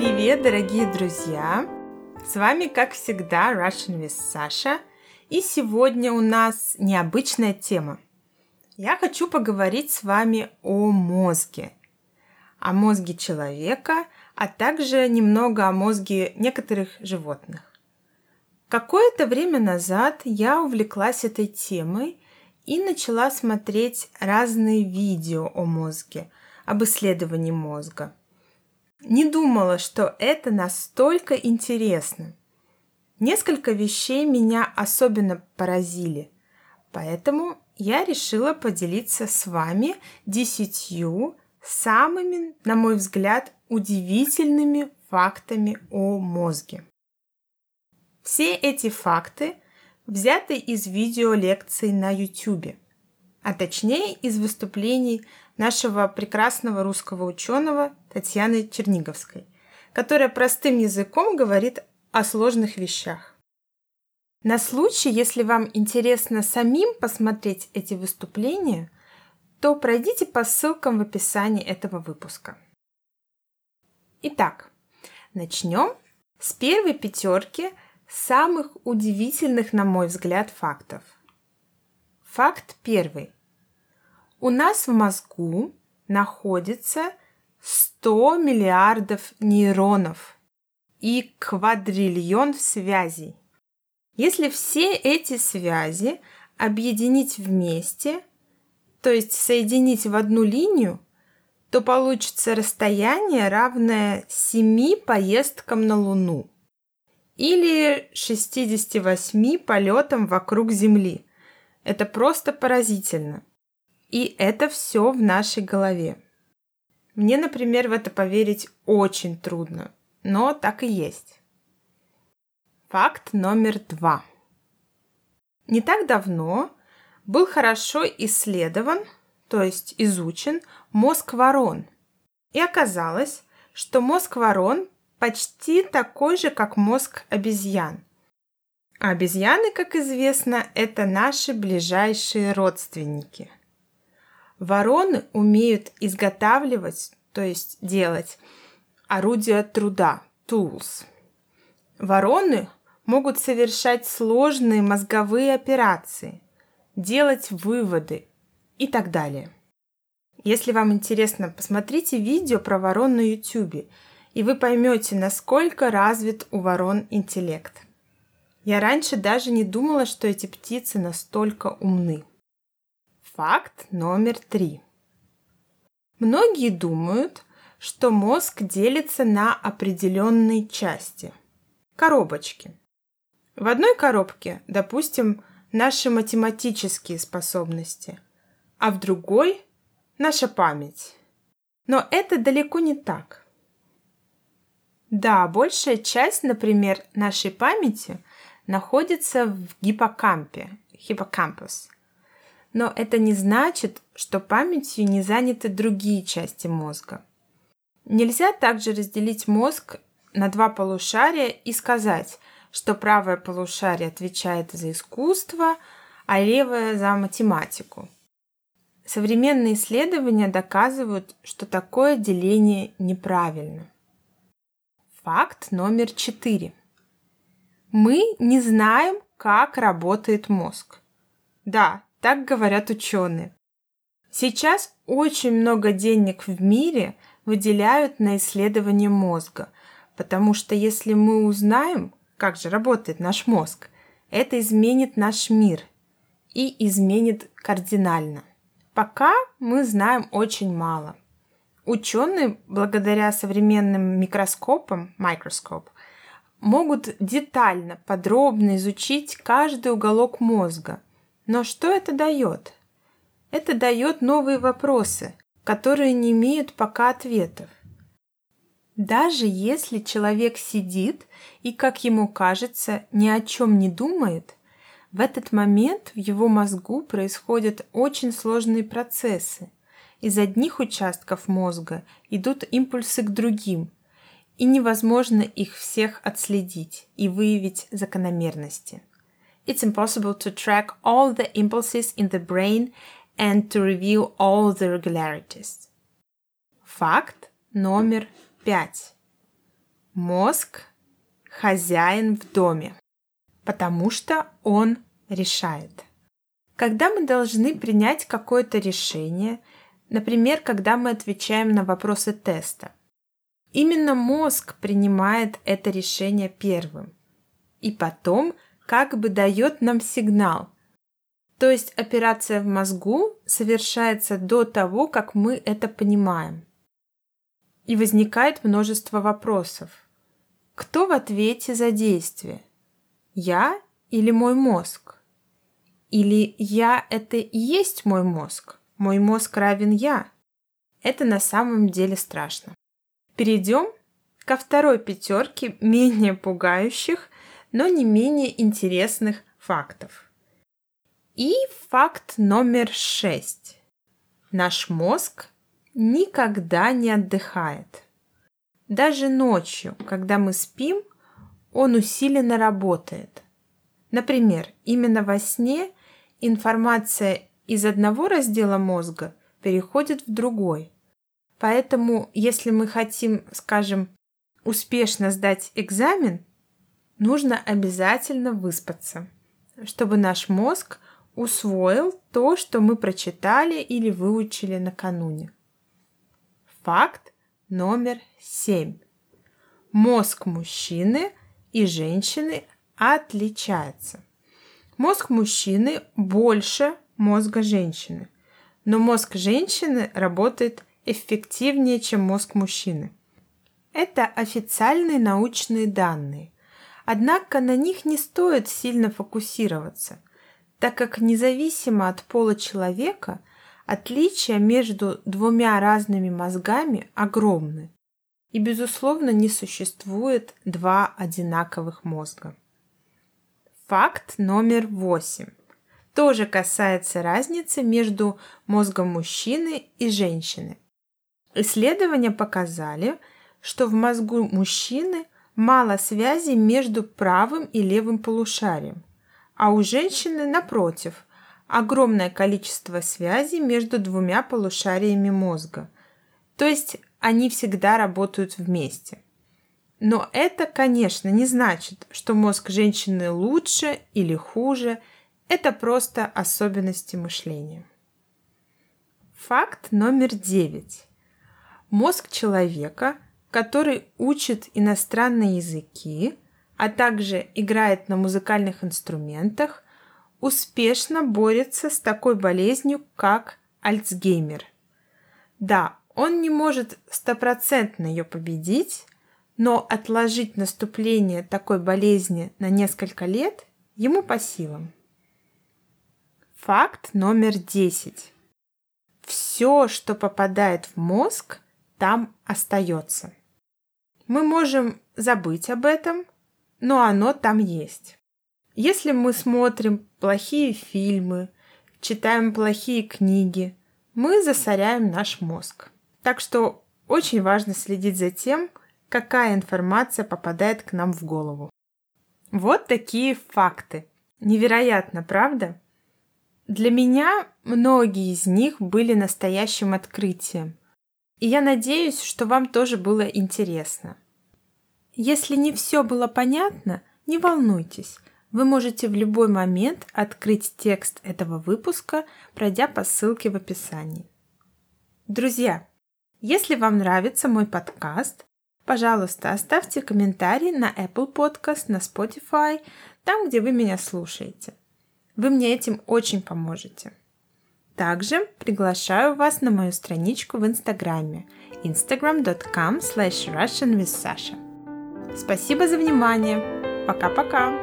Привет, дорогие друзья! С вами, как всегда, Russian with Sasha. И сегодня у нас необычная тема. Я хочу поговорить с вами о мозге. О мозге человека, а также немного о мозге некоторых животных. Какое-то время назад я увлеклась этой темой и начала смотреть разные видео о мозге, об исследовании мозга. Не думала, что это настолько интересно. Несколько вещей меня особенно поразили, поэтому я решила поделиться с вами 10 самыми, на мой взгляд, удивительными фактами о мозге. Все эти факты взяты из видеолекций на YouTube, а точнее из выступлений нашего прекрасного русского ученого Татьяны Черниговской, которая простым языком говорит о сложных вещах. На случай, если вам интересно самим посмотреть эти выступления, то пройдите по ссылкам в описании этого выпуска. Итак, начнем с первой 5 самых удивительных, на мой взгляд, фактов. Факт первый. У нас в мозгу находится 100 миллиардов нейронов и квадриллион связей. Если все эти связи объединить вместе, то есть соединить в одну линию, то получится расстояние, равное 7 поездкам на Луну или 68 полетам вокруг Земли. Это просто поразительно. И это все в нашей голове. Мне, например, в это поверить очень трудно, но так и есть. Факт номер 2. Не так давно был хорошо исследован, то есть изучен, мозг ворон. И оказалось, что мозг ворон почти такой же, как мозг обезьян. А обезьяны, как известно, это наши ближайшие родственники. Вороны умеют изготавливать, то есть делать, орудия труда, tools. Вороны могут совершать сложные мозговые операции, делать выводы и так далее. Если вам интересно, посмотрите видео про ворон на YouTube, и вы поймете, насколько развит у ворон интеллект. Я раньше даже не думала, что эти птицы настолько умны. Факт номер 3. Многие думают, что мозг делится на определенные части. Коробочки. В одной коробке, допустим, наши математические способности, а в другой – наша память. Но это далеко не так. Да, большая часть, например, нашей памяти находится в гиппокампе, hippocampus. Но это не значит, что памятью не заняты другие части мозга. Нельзя также разделить мозг на 2 полушария и сказать, что правое полушарие отвечает за искусство, а левое за математику. Современные исследования доказывают, что такое деление неправильно. Факт номер 4. Мы не знаем, как работает мозг. Да, так говорят ученые. Сейчас очень много денег в мире выделяют на исследование мозга, потому что если мы узнаем, как же работает наш мозг, это изменит наш мир и изменит кардинально. Пока мы знаем очень мало. Ученые, благодаря современным микроскопам, могут детально, подробно изучить каждый уголок мозга. Но что это дает? Это дает новые вопросы, которые не имеют пока ответов. Даже если человек сидит и, как ему кажется, ни о чем не думает, в этот момент в его мозгу происходят очень сложные процессы. Из одних участков мозга идут импульсы к другим, и невозможно их всех отследить и выявить закономерности. It's impossible to track all the impulses in the brain and to reveal all the regularities. Факт номер 5. Мозг – хозяин в доме, потому что он решает. Когда мы должны принять какое-то решение, например, когда мы отвечаем на вопросы теста, именно мозг принимает это решение первым и потом как бы дает нам сигнал. То есть операция в мозгу совершается до того, как мы это понимаем. И возникает множество вопросов. Кто в ответе за действие? Я или мой мозг? Или я – это и есть мой мозг? Мой мозг равен я? Это на самом деле страшно. Перейдем ко второй пятерке менее пугающих, но не менее интересных фактов. И факт номер 6. Наш мозг никогда не отдыхает. Даже ночью, когда мы спим, он усиленно работает. Например, именно во сне информация из одного раздела мозга переходит в другой. Поэтому, если мы хотим, скажем, успешно сдать экзамен, нужно обязательно выспаться, чтобы наш мозг усвоил то, что мы прочитали или выучили накануне. Факт номер 7. Мозг мужчины и женщины отличается. Мозг мужчины больше мозга женщины, но мозг женщины работает эффективнее, чем мозг мужчины. Это официальные научные данные, однако на них не стоит сильно фокусироваться, так как независимо от пола человека отличия между двумя разными мозгами огромны, и, безусловно, не существует два одинаковых мозга. Факт номер 8. Тоже касается разницы между мозгом мужчины и женщины. Исследования показали, что в мозгу мужчины мало связи между правым и левым полушарием, а у женщины, напротив, огромное количество связей между двумя полушариями мозга. То есть они всегда работают вместе. Но это, конечно, не значит, что мозг женщины лучше или хуже. Это просто особенности мышления. Факт номер 9. Мозг человека, который учит иностранные языки, а также играет на музыкальных инструментах, успешно борется с такой болезнью, как Альцгеймер. Да, он не может 100% ее победить, но отложить наступление такой болезни на несколько лет ему по силам. Факт номер 10. Все, что попадает в мозг, там остается. Мы можем забыть об этом, но оно там есть. Если мы смотрим плохие фильмы, читаем плохие книги, мы засоряем наш мозг. Так что очень важно следить за тем, какая информация попадает к нам в голову. Вот такие факты. Невероятно, правда? Для меня многие из них были настоящим открытием. И я надеюсь, что вам тоже было интересно. Если не все было понятно, не волнуйтесь. Вы можете в любой момент открыть текст этого выпуска, пройдя по ссылке в описании. Друзья, если вам нравится мой подкаст, пожалуйста, оставьте комментарий на Apple Podcast, на Spotify, там, где вы меня слушаете. Вы мне этим очень поможете. Также приглашаю вас на мою страничку в Инстаграме instagram.com/russianwithsasha. Спасибо за внимание. Пока-пока.